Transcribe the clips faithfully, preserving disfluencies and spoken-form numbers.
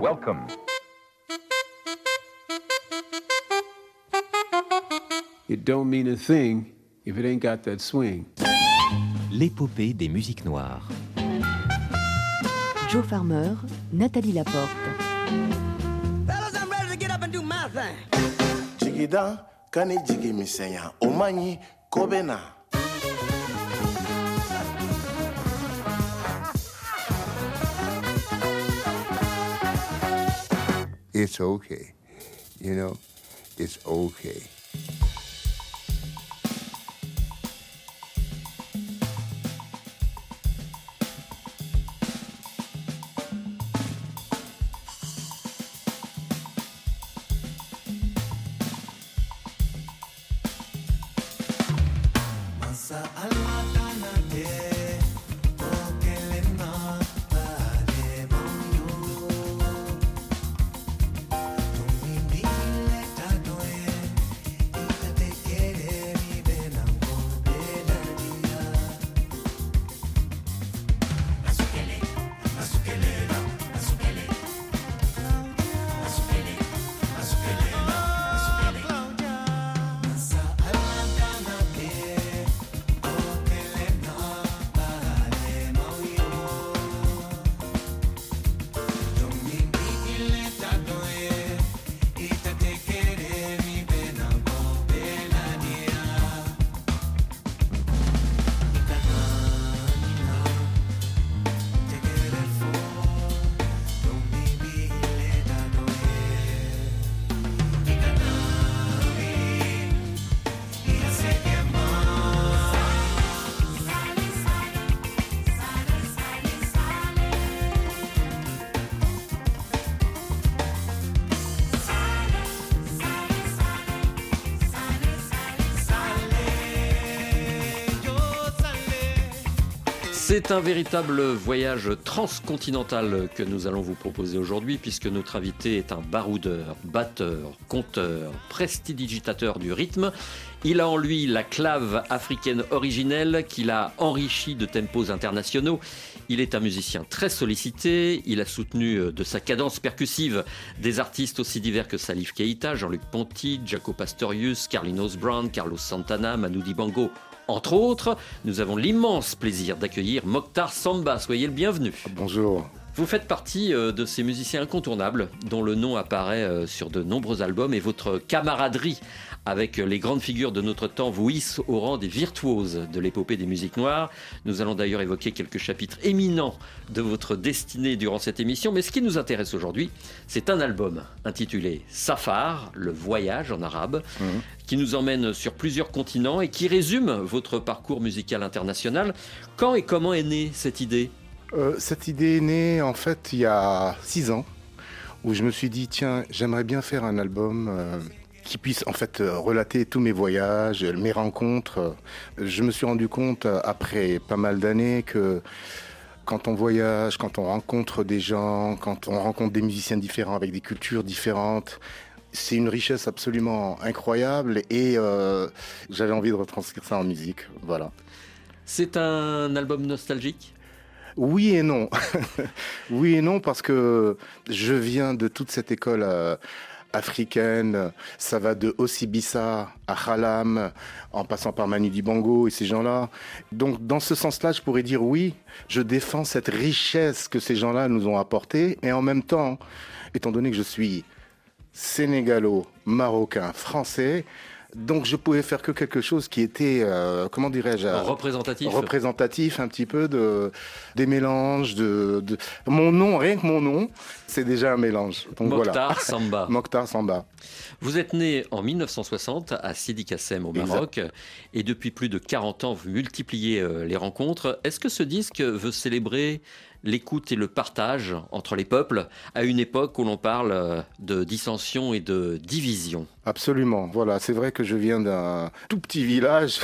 Welcome. It don't mean a thing if it ain't got that swing. L'épopée des musiques noires. Joe Farmer, Nathalie Laporte. Fellas, I'm ready to get up and do my thing. Jigida kani jigi misenya omanyi kobena. It's okay, you know, it's okay. C'est un véritable voyage transcontinental que nous allons vous proposer aujourd'hui, puisque notre invité est un baroudeur, batteur, conteur, prestidigitateur du rythme. Il a en lui la clave africaine originelle qu'il a enrichie de tempos internationaux. Il est un musicien très sollicité. Il a soutenu de sa cadence percussive des artistes aussi divers que Salif Keïta, Jean-Luc Ponty, Jaco Pastorius, Carlinhos Brown, Carlos Santana, Manu Dibango. Entre autres, nous avons l'immense plaisir d'accueillir Mokhtar Samba. Soyez le bienvenu. Bonjour. Vous faites partie de ces musiciens incontournables dont le nom apparaît sur de nombreux albums, et votre camaraderie avec les grandes figures de notre temps vous hisse au rang des virtuoses de l'épopée des musiques noires. Nous allons d'ailleurs évoquer quelques chapitres éminents de votre destinée durant cette émission, mais ce qui nous intéresse aujourd'hui, c'est un album intitulé Safar, le voyage en arabe, mmh. qui nous emmène sur plusieurs continents et qui résume votre parcours musical international. Quand et comment est née cette idée ? Euh, cette idée est née en fait il y a six ans, où je me suis dit tiens, j'aimerais bien faire un album euh, qui puisse en fait euh, relater tous mes voyages, mes rencontres. Je me suis rendu compte euh, après pas mal d'années que quand on voyage, quand on rencontre des gens, quand on rencontre des musiciens différents avec des cultures différentes, c'est une richesse absolument incroyable, et euh, j'avais envie de retranscrire ça en musique. Voilà. C'est un album nostalgique ? Oui et non. Oui et non, parce que je viens de toute cette école euh, africaine. Ça va de Ossibissa à Khalam, en passant par Manu Dibango et ces gens-là. Donc dans ce sens-là, je pourrais dire oui, je défends cette richesse que ces gens-là nous ont apportée. Et en même temps, étant donné que je suis sénégalo, marocain, français, donc je pouvais faire que quelque chose qui était, euh, comment dirais-je, représentatif, représentatif un petit peu de des mélanges de, de mon nom, rien que mon nom, c'est déjà un mélange. Donc Mokhtar voilà. Samba. Mokhtar Samba. Vous êtes né en mille neuf cent soixante à Sidi Kassem au Maroc, exact. Et depuis plus de quarante ans, vous multipliez euh, les rencontres. Est-ce que ce disque veut célébrer l'écoute et le partage entre les peuples à une époque où l'on parle de dissension et de division? Absolument, voilà, c'est vrai que je viens d'un tout petit village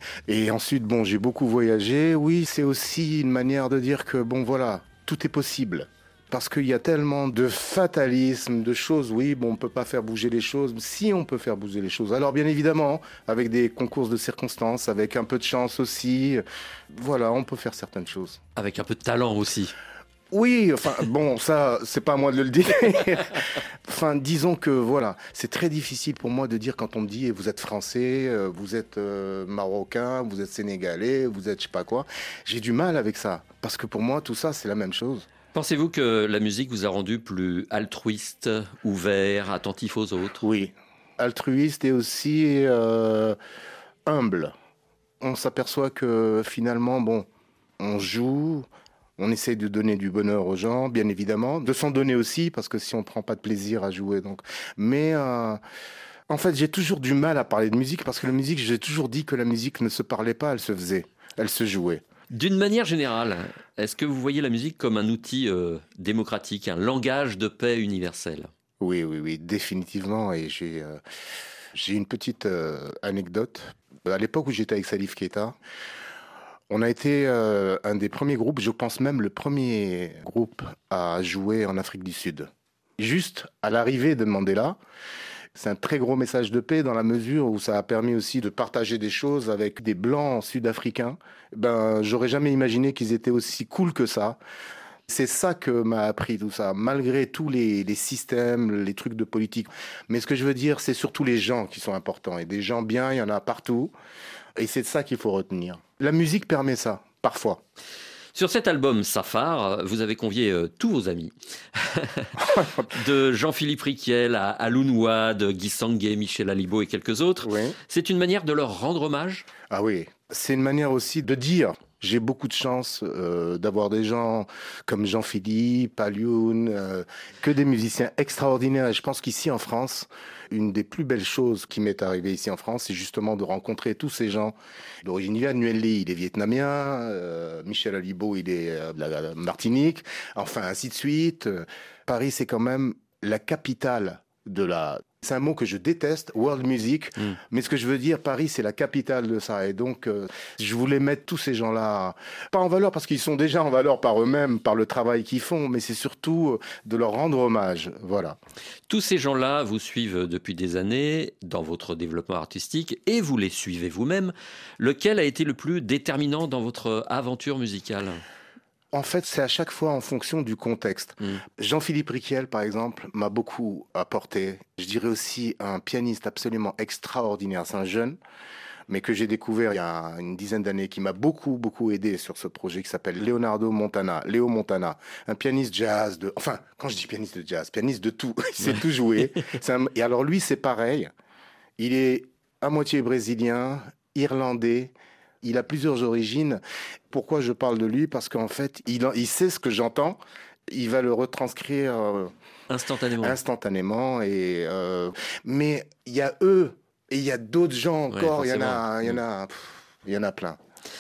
et ensuite, bon, j'ai beaucoup voyagé. Oui, c'est aussi une manière de dire que, bon, voilà, tout est possible. Parce qu'il y a tellement de fatalisme, de choses, oui, bon, on ne peut pas faire bouger les choses. Si on peut faire bouger les choses, alors bien évidemment, avec des concours de circonstances, avec un peu de chance aussi, voilà, on peut faire certaines choses. Avec un peu de talent aussi. Oui, enfin, bon, ça, c'est pas à moi de le dire. Enfin, disons que, voilà, c'est très difficile pour moi de dire quand on me dit, vous êtes français, euh, vous êtes euh, marocain, vous êtes sénégalais, vous êtes je sais pas quoi. J'ai du mal avec ça, parce que pour moi, tout ça, c'est la même chose. Pensez-vous que la musique vous a rendu plus altruiste, ouvert, attentif aux autres? Oui, altruiste et aussi euh, humble. On s'aperçoit que finalement, bon, on joue, on essaye de donner du bonheur aux gens, bien évidemment, de s'en donner aussi, parce que si on ne prend pas de plaisir à jouer, donc. Mais euh, en fait, j'ai toujours du mal à parler de musique, parce que la musique, j'ai toujours dit que la musique ne se parlait pas, elle se faisait, elle se jouait. D'une manière générale, est-ce que vous voyez la musique comme un outil euh, démocratique, un langage de paix universel? Oui, oui, oui, définitivement. Et j'ai euh, j'ai une petite euh, anecdote. À l'époque où j'étais avec Salif Keita, on a été euh, un des premiers groupes, je pense même le premier groupe à jouer en Afrique du Sud. Juste à l'arrivée de Mandela, c'est un très gros message de paix dans la mesure où ça a permis aussi de partager des choses avec des blancs sud-africains. Ben, j'aurais jamais imaginé qu'ils étaient aussi cool que ça. C'est ça que m'a appris tout ça, malgré tous les, les systèmes, les trucs de politique. Mais ce que je veux dire, c'est surtout les gens qui sont importants. Et des gens bien, il y en a partout. Et c'est ça qu'il faut retenir. La musique permet ça, parfois. Sur cet album Safar, vous avez convié euh, tous vos amis. De Jean-Philippe Riquiel à Alun Wade, Guy Sanguet, Michel Alibo et quelques autres. Oui. C'est une manière de leur rendre hommage? Ah oui, c'est une manière aussi de dire... J'ai beaucoup de chance euh, d'avoir des gens comme Jean-Philippe, Alioune, euh, que des musiciens extraordinaires. Et je pense qu'ici en France, une des plus belles choses qui m'est arrivée ici en France, c'est justement de rencontrer tous ces gens d'origine vietnamienne. Nguyen Ly, il est vietnamien, euh, Michel Alibo, il est euh, de la Martinique, enfin ainsi de suite. Paris, c'est quand même la capitale de la... C'est un mot que je déteste, world music, mm. mais ce que je veux dire, Paris, c'est la capitale de ça. Et donc, euh, je voulais mettre tous ces gens-là, pas en valeur, parce qu'ils sont déjà en valeur par eux-mêmes, par le travail qu'ils font, mais c'est surtout de leur rendre hommage. Voilà. Tous ces gens-là vous suivent depuis des années dans votre développement artistique et vous les suivez vous-même. Lequel a été le plus déterminant dans votre aventure musicale ? En fait, c'est à chaque fois en fonction du contexte. Mmh. Jean-Philippe Riquiel, par exemple, m'a beaucoup apporté. Je dirais aussi un pianiste absolument extraordinaire. C'est un jeune, mais que j'ai découvert il y a une dizaine d'années, qui m'a beaucoup, beaucoup aidé sur ce projet qui s'appelle Leonardo Montana. Léo Montana, un pianiste jazz de... Enfin, quand je dis pianiste de jazz, pianiste de tout. Il sait tout jouer. C'est un... Et alors lui, c'est pareil. Il est à moitié brésilien, irlandais. Il a plusieurs origines. Pourquoi je parle de lui ? Parce qu'en fait, il, il sait ce que j'entends. Il va le retranscrire euh, instantanément. instantanément. Et, euh, mais il y a eux et il y a d'autres gens encore. Ouais, il y en a, il y en a, pff, il y en a plein.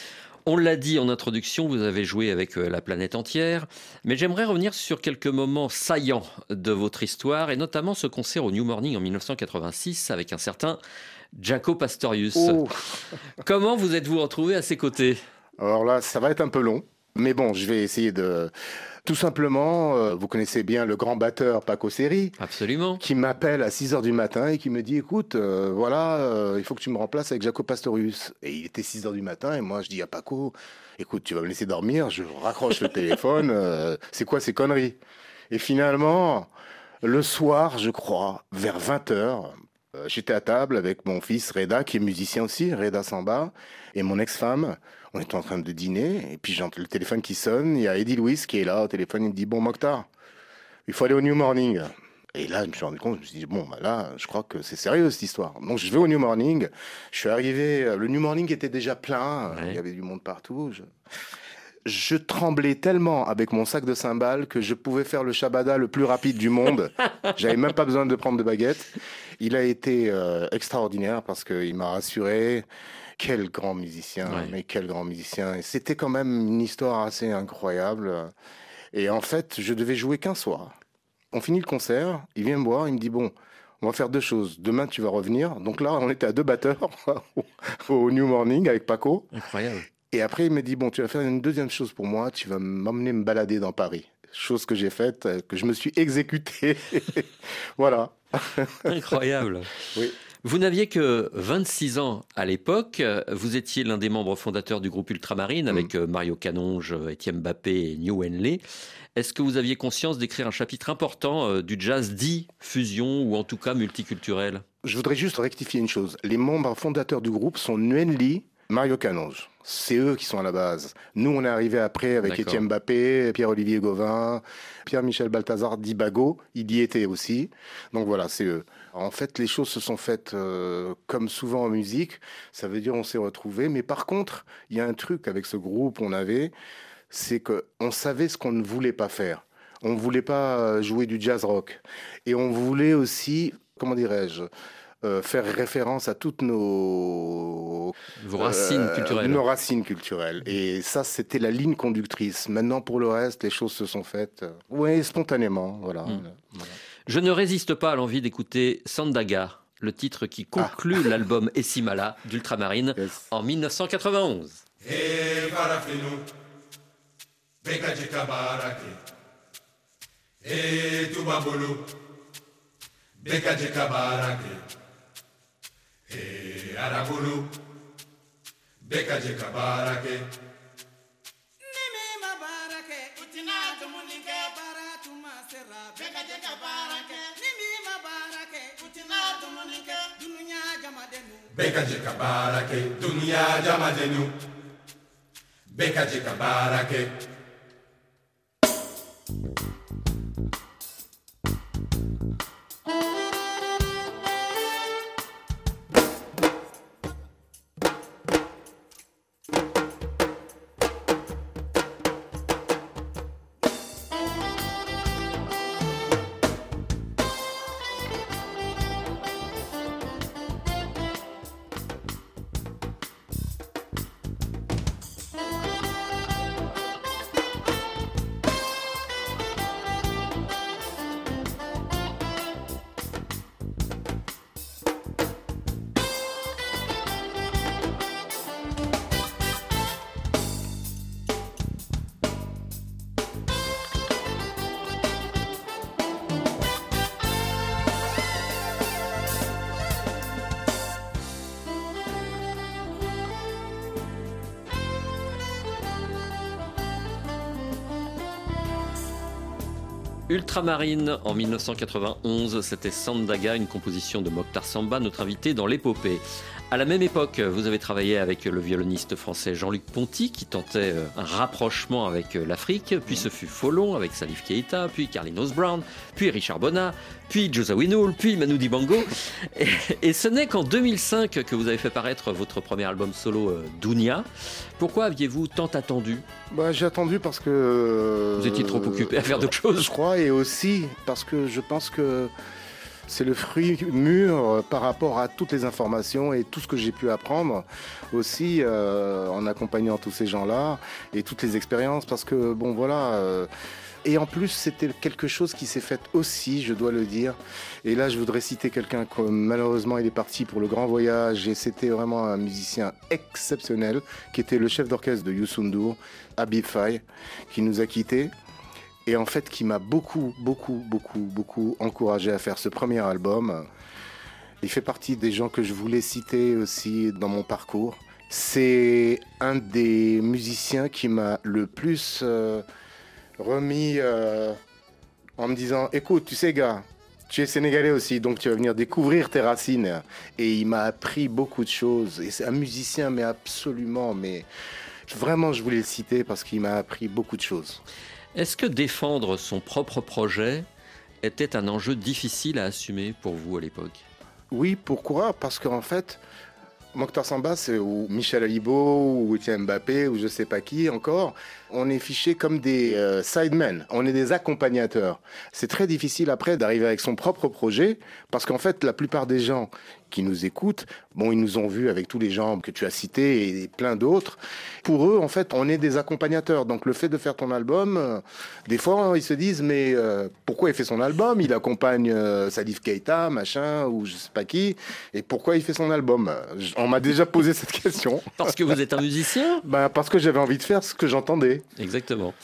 On l'a dit en introduction, vous avez joué avec la planète entière, mais j'aimerais revenir sur quelques moments saillants de votre histoire, et notamment ce concert au New Morning en dix-neuf cent quatre-vingt-six avec un certain Jaco Pastorius. Oh. Comment vous êtes-vous retrouvé à ses côtés ? Alors là, ça va être un peu long, mais bon, je vais essayer de... Tout simplement, euh, vous connaissez bien le grand batteur Paco Seri. Absolument. Qui m'appelle à six heures du matin et qui me dit, écoute, euh, voilà, euh, il faut que tu me remplaces avec Jaco Pastorius. Et il était six heures du matin et moi je dis à Paco, écoute, tu vas me laisser dormir, je raccroche le téléphone, euh, c'est quoi ces conneries ? Et finalement, le soir, je crois, vers vingt heures, euh, j'étais à table avec mon fils Reda, qui est musicien aussi, Reda Samba, et mon ex-femme. On était en train de dîner, et puis j'entends le téléphone qui sonne. Il y a Eddie Louis qui est là au téléphone. Il me dit, bon, Mokhtar, il faut aller au New Morning. Et là, je me suis rendu compte, je me suis dit, bon, bah là, je crois que c'est sérieux cette histoire. Donc, je vais au New Morning. Je suis arrivé, le New Morning était déjà plein. Ouais. Il y avait du monde partout. Je... je tremblais tellement avec mon sac de cymbales que je pouvais faire le shabada le plus rapide du monde. J'avais même pas besoin de prendre de baguette. Il a été euh, extraordinaire parce qu'il m'a rassuré. Quel grand musicien, ouais. mais quel grand musicien. Et c'était quand même une histoire assez incroyable. Et en fait, je devais jouer qu'un soir. On finit le concert, il vient me voir, il me dit, bon, on va faire deux choses. Demain, tu vas revenir. Donc là, on était à deux batteurs au New Morning avec Paco. Incroyable. Et après, il me dit, bon, tu vas faire une deuxième chose pour moi, tu vas m'emmener me balader dans Paris. Chose que j'ai faite, que je me suis exécuté. Voilà. Incroyable. Oui. Vous n'aviez que vingt-six ans à l'époque. Vous étiez l'un des membres fondateurs du groupe Ultramarine avec mmh. Mario Canonge, Etienne Mbappé et New Henley. Est-ce que vous aviez conscience d'écrire un chapitre important du jazz dit fusion ou en tout cas multiculturel ? Je voudrais juste rectifier une chose. Les membres fondateurs du groupe sont New Henley, Mario Canonge. C'est eux qui sont à la base. Nous, on est arrivé après avec D'accord. Etienne Mbappé, Pierre-Olivier Gauvin, Pierre-Michel Balthazar Dibago. Il y était aussi. Donc voilà, c'est eux. En fait, les choses se sont faites euh, comme souvent en musique. Ça veut dire on s'est retrouvés. Mais par contre, il y a un truc avec ce groupe qu'on avait, c'est qu'on savait ce qu'on ne voulait pas faire. On ne voulait pas jouer du jazz rock. Et on voulait aussi, comment dirais-je, Euh, faire référence à toutes nos Vos racines euh, culturelles. Nos racines culturelles. Et ça, c'était la ligne conductrice. Maintenant, pour le reste, les choses se sont faites, euh, oui, spontanément. Voilà. Mmh. voilà. Je ne résiste pas à l'envie d'écouter Sandaga, le titre qui conclut ah. l'album Essimala d'Ultramarine yes. en dix-neuf cent quatre-vingt-onze. Hey, Hey, Arabulu, Beka Jeka Barake. Nimi Mabarake, Utina Tumunike, Baratuma Sera, Beka Jeka Barake. Nimi Mabarake, Utina Tumunike, Dunya Jamadenu. Beka Jeka Barake, Dunya Jamadenu. Beka Jeka Barake. Ultramarine en dix-neuf cent quatre-vingt-onze, c'était Sandaga, une composition de Mokhtar Samba, notre invité dans l'épopée. À la même époque, vous avez travaillé avec le violoniste français Jean-Luc Ponty qui tentait un rapprochement avec l'Afrique, puis ce fut Folon avec Salif Keïta, puis Carlinhos Brown, puis Richard Bonnat, puis Josa Winoul, puis Manu Dibango. Et, et ce n'est qu'en deux mille cinq que vous avez fait paraître votre premier album solo, Dounia. Pourquoi aviez-vous tant attendu ? Bah, j'ai attendu parce que... Vous étiez trop occupé à faire d'autres choses. Je crois, et aussi parce que je pense que c'est le fruit mûr par rapport à toutes les informations et tout ce que j'ai pu apprendre aussi euh, en accompagnant tous ces gens-là et toutes les expériences. Parce que, bon, voilà... Euh, et en plus, c'était quelque chose qui s'est fait aussi, je dois le dire. Et là, je voudrais citer quelqu'un que malheureusement, il est parti pour le grand voyage. Et c'était vraiment un musicien exceptionnel, qui était le chef d'orchestre de Youssou N'Dour, Habib Faye, qui nous a quittés. Et en fait, qui m'a beaucoup, beaucoup, beaucoup, beaucoup encouragé à faire ce premier album. Il fait partie des gens que je voulais citer aussi dans mon parcours. C'est un des musiciens qui m'a le plus... Euh, remis euh, en me disant « Écoute, tu sais gars, tu es sénégalais aussi, donc tu vas venir découvrir tes racines. » Et il m'a appris beaucoup de choses. Et c'est un musicien, mais absolument, mais vraiment, je voulais le citer parce qu'il m'a appris beaucoup de choses. Est-ce que défendre son propre projet était un enjeu difficile à assumer pour vous à l'époque ? Oui, pourquoi ? Parce qu'en fait... Mokhtar Samba, c'est, ou Michel Alibo, ou Etienne Mbappé, ou je sais pas qui encore, on est fichés comme des euh, sidemen, on est des accompagnateurs. C'est très difficile après d'arriver avec son propre projet, parce qu'en fait, la plupart des gens qui nous écoutent, bon, ils nous ont vus avec tous les gens que tu as cités et plein d'autres. Pour eux, en fait, on est des accompagnateurs. Donc, le fait de faire ton album, euh, des fois, ils se disent, mais euh, pourquoi il fait son album ? Il accompagne euh, Salif Keïta, machin, ou je sais pas qui. Et pourquoi il fait son album ? On m'a déjà posé cette question. Parce que vous êtes un musicien ? Ben, parce que j'avais envie de faire ce que j'entendais. Exactement.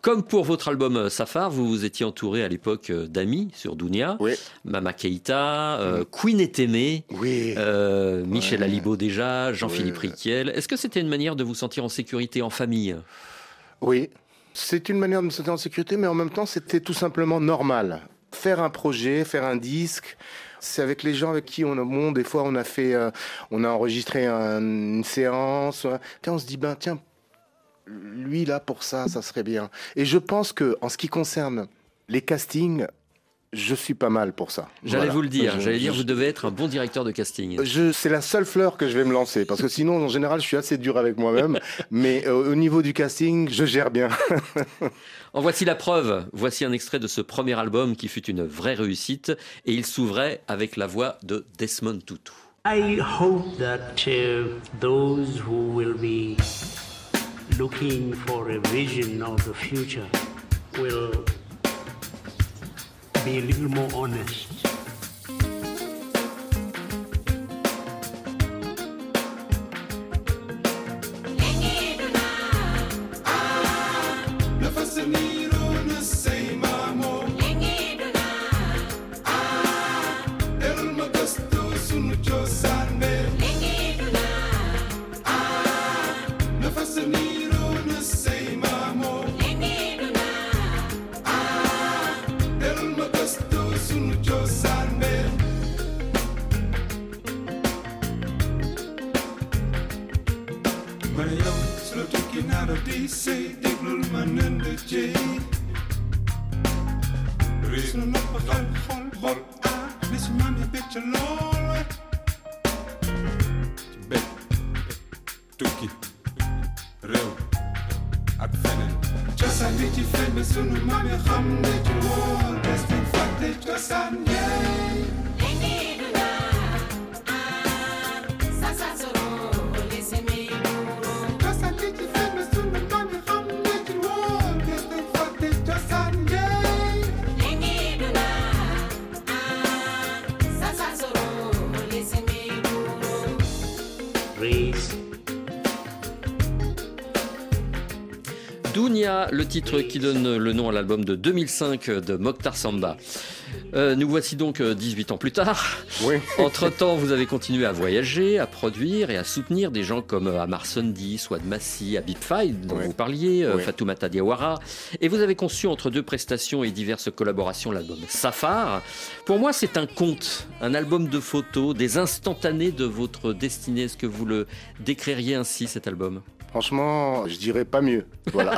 Comme pour votre album Safar, vous vous étiez entouré à l'époque d'amis sur Dounia, Oui. Mama Keïta, euh, Queen est aimée, Oui. euh, Michel Ouais. Alibo déjà, Jean-Philippe Ouais. Riquiel. Est-ce que c'était une manière de vous sentir en sécurité en famille? Oui. C'est une manière de me sentir en sécurité, mais en même temps, c'était tout simplement normal. Faire un projet, faire un disque, c'est avec les gens avec qui on a, bon, des fois on a fait, euh, on a enregistré un- une séance. euh, tiens, on se dit, ben tiens, lui là pour ça, ça serait bien. Et je pense que en ce qui concerne les castings, je suis pas mal pour ça. J'allais Voilà. vous le dire, Je- j'allais dire, je- vous devez être un bon directeur de casting. Je, c'est la seule fleur que je vais me lancer, parce que sinon, en général, je suis assez dur avec moi-même. Mais euh, au niveau du casting, je gère bien. En voici la preuve. Voici un extrait de ce premier album qui fut une vraie réussite et il s'ouvrait avec la voix de Desmond Tutu. I hope that uh, those who will be looking for a vision of the future will be a little more honest. Dounia, le titre qui donne le nom à l'album de deux mille cinq de Mokhtar Samba. Euh, nous voici donc dix-huit ans plus tard. Oui. Entre-temps, vous avez continué à voyager, à produire et à soutenir des gens comme Amar Sondi, Swad Massi, Habib Faye, dont Oui. vous parliez, Oui. Fatoumata Diawara. Et vous avez conçu entre deux prestations et diverses collaborations l'album Safar. Pour moi, c'est un conte, un album de photos, des instantanés de votre destinée. Est-ce que vous le décririez ainsi, cet album ? Franchement, je dirais pas mieux. Voilà.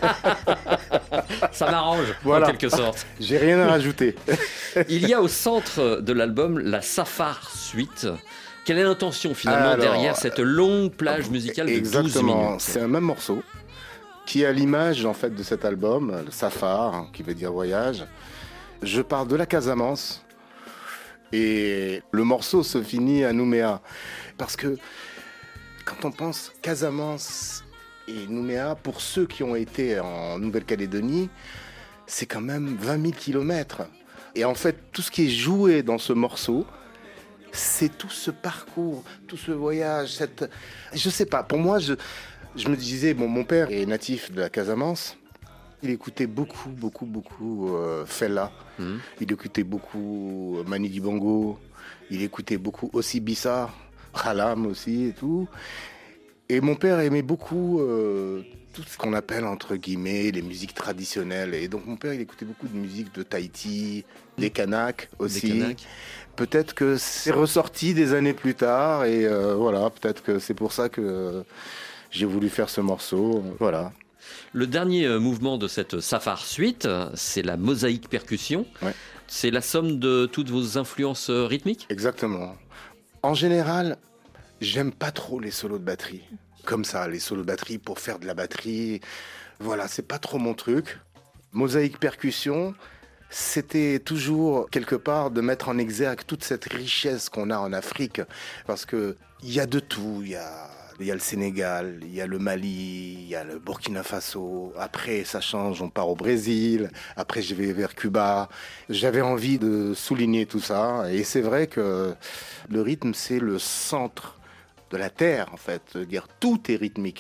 Ça m'arrange, Voilà. en quelque sorte. J'ai rien à rajouter. Il y a au centre de l'album la Safar Suite. Quelle est l'intention finalement Alors, derrière cette longue plage musicale de douze Exactement. minutes? C'est un même morceau qui est à l'image en fait de cet album, le Safar, hein, qui veut dire voyage. Je parle de la Casamance et le morceau se finit à Nouméa parce que quand on pense Casamance et Nouméa, pour ceux qui ont été en Nouvelle-Calédonie, c'est quand même vingt mille kilomètres. Et en fait, tout ce qui est joué dans ce morceau, c'est tout ce parcours, tout ce voyage, cette... Je sais pas, pour moi, je, je me disais, bon, mon père est natif de la Casamance, il écoutait beaucoup, beaucoup, beaucoup euh, Fela, Mmh. il écoutait beaucoup Manu Dibango, il écoutait beaucoup aussi Bissa, Khalam aussi et tout. Et mon père aimait beaucoup euh, tout ce qu'on appelle entre guillemets les musiques traditionnelles. Et donc mon père il écoutait beaucoup de musique de Tahiti, des Kanaks aussi. Des Kanaks. Peut-être que c'est ressorti des années plus tard et euh, voilà, peut-être que c'est pour ça que euh, j'ai voulu faire ce morceau. Voilà. Le dernier euh, mouvement de cette Safar Suite, c'est la mosaïque percussion. Ouais. C'est la somme de toutes vos influences euh, rythmiques? Exactement. En général, j'aime pas trop les solos de batterie. Comme ça, les solos de batterie pour faire de la batterie. Voilà, c'est pas trop mon truc. Mosaïque percussion, c'était toujours quelque part de mettre en exergue toute cette richesse qu'on a en Afrique. Parce que il y a de tout. Il y a, il y a le Sénégal, il y a le Mali, il y a le Burkina Faso. Après, ça change, on part au Brésil. Après, je vais vers Cuba. J'avais envie de souligner tout ça. Et c'est vrai que le rythme, c'est le centre de la terre, en fait. C'est-à-dire, tout est rythmique.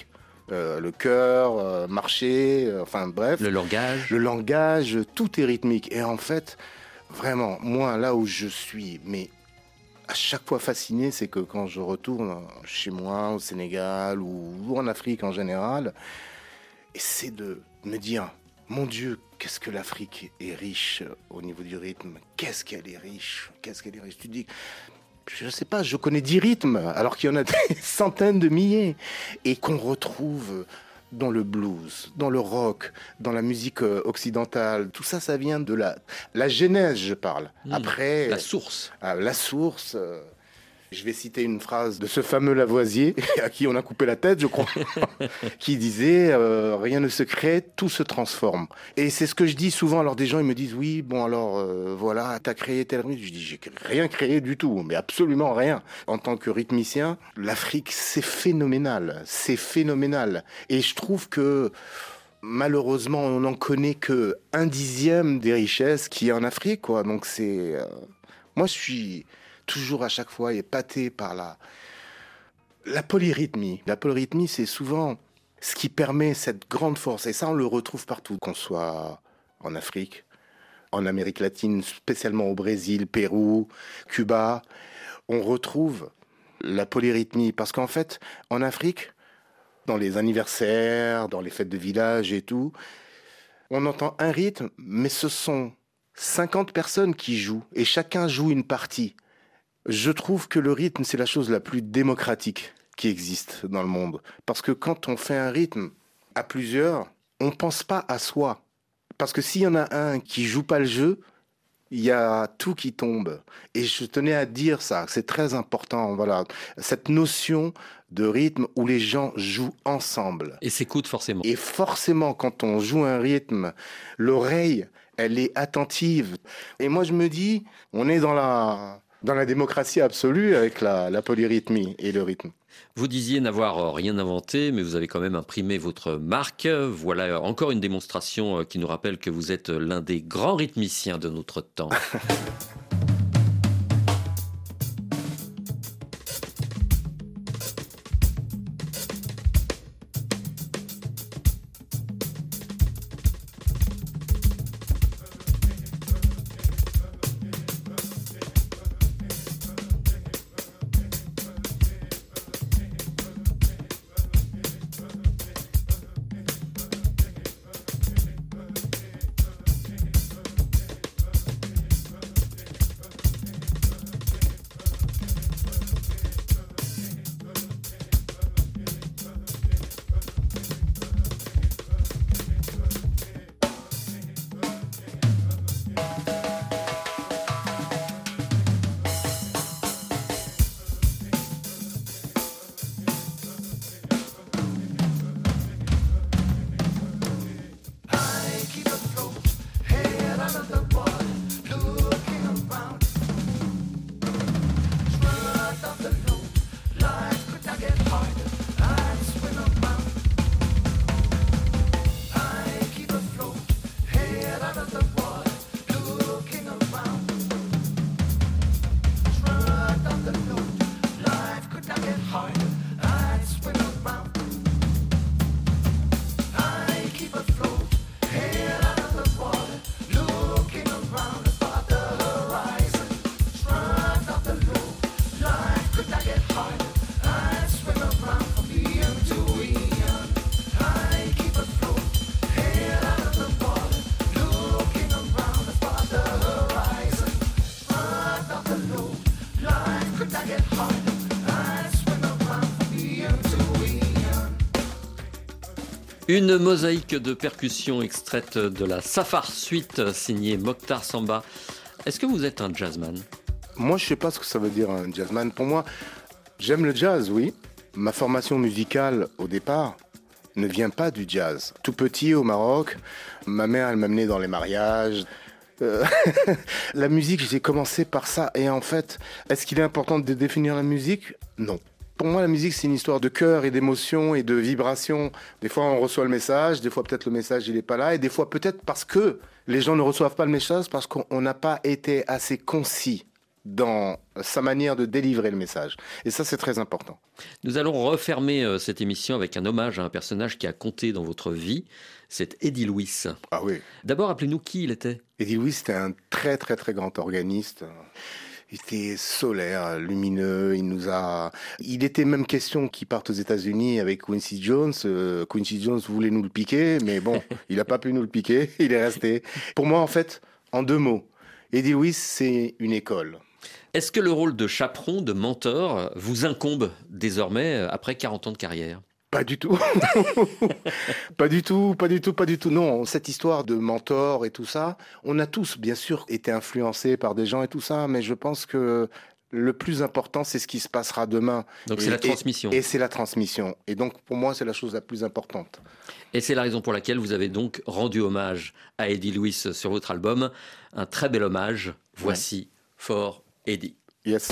Euh, le cœur, euh, marcher, euh, enfin bref. Le langage. Le langage, tout est rythmique. Et en fait, vraiment, moi, là où je suis, mais à chaque fois fasciné, c'est que quand je retourne chez moi, au Sénégal ou, ou en Afrique en général, et c'est de me dire, mon Dieu, qu'est-ce que l'Afrique est riche au niveau du rythme. Qu'est-ce qu'elle est riche. Qu'est-ce qu'elle est riche. Tu dis, je ne sais pas, je connais dix rythmes, alors qu'il y en a des centaines de milliers. Et qu'on retrouve dans le blues, dans le rock, dans la musique occidentale. Tout ça, ça vient de la, la genèse, je parle. Mmh, Après, la source. Euh, la source... Euh, je vais citer une phrase de ce fameux Lavoisier, à qui on a coupé la tête, je crois, qui disait euh, « Rien ne se crée, tout se transforme ». Et c'est ce que je dis souvent. Alors des gens, ils me disent « Oui, bon alors, euh, voilà, t'as créé tel rythme ». Je dis « J'ai rien créé du tout, mais absolument rien ». En tant que rythmicien, l'Afrique, c'est phénoménal, c'est phénoménal. Et je trouve que... malheureusement, on n'en connaît que un dixième des richesses qu'il y a en Afrique, quoi. Donc c'est... Euh... Moi, je suis... toujours à chaque fois épaté par la, la polyrythmie. La polyrythmie, c'est souvent ce qui permet cette grande force. Et ça, on le retrouve partout, qu'on soit en Afrique, en Amérique latine, spécialement au Brésil, Pérou, Cuba. On retrouve la polyrythmie. Parce qu'en fait, en Afrique, dans les anniversaires, dans les fêtes de village et tout, on entend un rythme, mais ce sont cinquante personnes qui jouent. Et chacun joue une partie. Je trouve que le rythme, c'est la chose la plus démocratique qui existe dans le monde. Parce que quand on fait un rythme à plusieurs, on ne pense pas à soi. Parce que s'il y en a un qui joue pas le jeu, il y a tout qui tombe. Et je tenais à dire ça, c'est très important. Voilà, cette notion de rythme où les gens jouent ensemble. Et s'écoutent forcément. Et forcément, quand on joue un rythme, l'oreille, elle est attentive. Et moi, je me dis, on est dans la... dans la démocratie absolue avec la, la polyrythmie et le rythme. Vous disiez n'avoir rien inventé, mais vous avez quand même imprimé votre marque. Voilà encore une démonstration qui nous rappelle que vous êtes l'un des grands rythmiciens de notre temps. Une mosaïque de percussions extraite de la Safar Suite signée Mokhtar Samba. Est-ce que vous êtes un jazzman ? Moi, je ne sais pas ce que ça veut dire un jazzman. Pour moi, j'aime le jazz, oui. Ma formation musicale, au départ, ne vient pas du jazz. Tout petit, au Maroc, ma mère, elle m'amenait dans les mariages. Euh, la musique, j'ai commencé par ça. Et en fait, est-ce qu'il est important de définir la musique ? Non. Pour moi, la musique, c'est une histoire de cœur et d'émotion et de vibration. Des fois, on reçoit le message. Des fois, peut-être le message, il n'est pas là. Et des fois, peut-être parce que les gens ne reçoivent pas le message parce qu'on n'a pas été assez concis dans sa manière de délivrer le message. Et ça, c'est très important. Nous allons refermer euh, cette émission avec un hommage à un personnage qui a compté dans votre vie. C'est Eddie Louis. Ah oui. D'abord, appelez-nous qui il était. Eddie Louis, c'était un très, très, très grand organiste. Il était solaire, lumineux. Il nous a. Il était même question qu'il parte aux États-Unis avec Quincy Jones. Euh, Quincy Jones voulait nous le piquer, mais bon, il n'a pas pu nous le piquer. Il est resté. Pour moi, en fait, en deux mots, Eddie Louis, c'est une école. Est-ce que le rôle de chaperon, de mentor, vous incombe désormais après quarante ans de carrière ? Pas du tout. Pas du tout, pas du tout, pas du tout. Non, cette histoire de mentor et tout ça, on a tous, bien sûr, été influencés par des gens et tout ça, mais je pense que le plus important, c'est ce qui se passera demain. Donc et, c'est la transmission. Et, et c'est la transmission. Et donc, pour moi, c'est la chose la plus importante. Et c'est la raison pour laquelle vous avez donc rendu hommage à Eddie Louis sur votre album. Un très bel hommage. Voici ouais. For Eddie. Yes.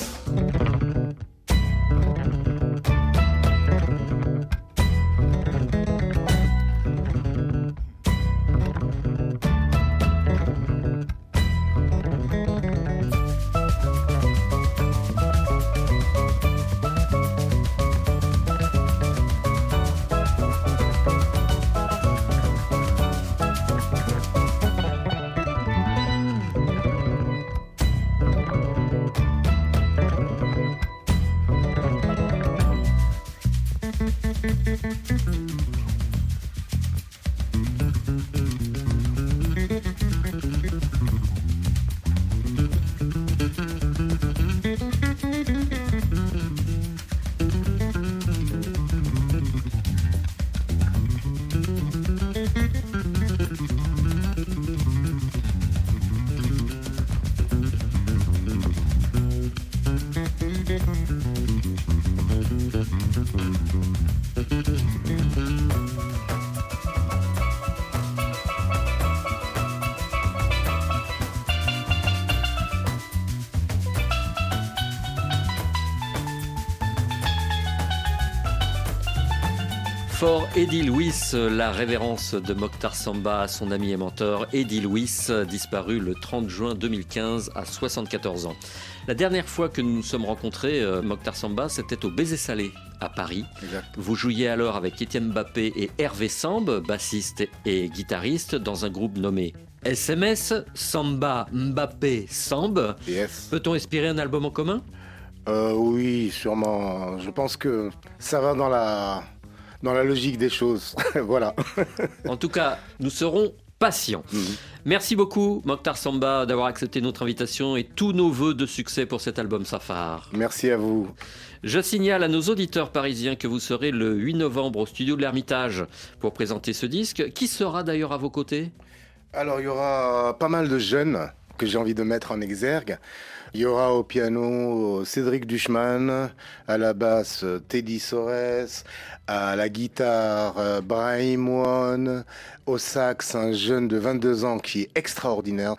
For Eddie Louis, la révérence de Mokhtar Samba à son ami et mentor Eddie Louis, disparu le trente juin deux mille quinze à soixante-quatorze ans. La dernière fois que nous nous sommes rencontrés, euh, Mokhtar Samba, c'était au Baiser Salé à Paris. Exact. Vous jouiez alors avec Étienne Mbappé et Hervé Sambe, bassiste et guitariste, dans un groupe nommé S M S, Samba, Mbappé, Sambe. Yes. Peut-on espérer un album en commun ? euh, Oui, sûrement. Je pense que ça va dans la... dans la logique des choses. Voilà. En tout cas, nous serons patients. Mmh. Merci beaucoup, Mokhtar Samba, d'avoir accepté notre invitation et tous nos vœux de succès pour cet album Safar. Merci à vous. Je signale à nos auditeurs parisiens que vous serez le huit novembre au studio de l'Ermitage pour présenter ce disque. Qui sera d'ailleurs à vos côtés ? Alors, il y aura pas mal de jeunes que j'ai envie de mettre en exergue. Il y aura au piano Cédric Duchman, à la basse Teddy Sores, à la guitare Brahim One, au sax un jeune de vingt-deux ans qui est extraordinaire,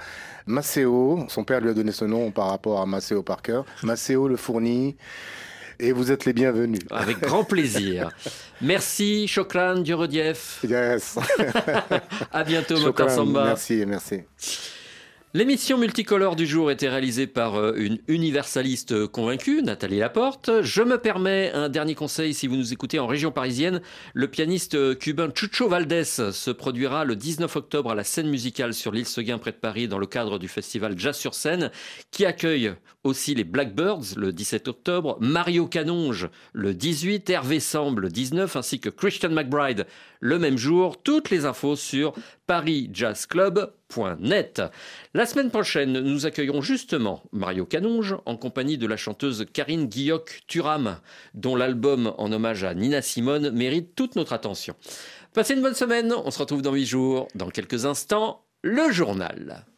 Maceo, son père lui a donné ce nom par rapport à Maceo Parker, Maceo le fournit. Et vous êtes les bienvenus. Avec grand plaisir. Merci, Chokran Djurodiev. Yes. À bientôt, Mokhtar Samba. Merci, merci. L'émission multicolore du jour était réalisée par une universaliste convaincue, Nathalie Laporte. Je me permets un dernier conseil si vous nous écoutez en région parisienne. Le pianiste cubain Chucho Valdés se produira le dix-neuf octobre à la Scène Musicale sur l'île Seguin près de Paris dans le cadre du festival Jazz sur Scène qui accueille aussi les Blackbirds le dix-sept octobre, Mario Canonge le dix-huit, Hervé Sambe le dix-neuf ainsi que Christian McBride le même jour. Toutes les infos sur paris jazz club point net. La semaine prochaine, nous accueillerons justement Mario Canonge en compagnie de la chanteuse Karine Guilloc-Turam, dont l'album en hommage à Nina Simone mérite toute notre attention. Passez une bonne semaine, on se retrouve dans huit jours. Dans quelques instants, le journal.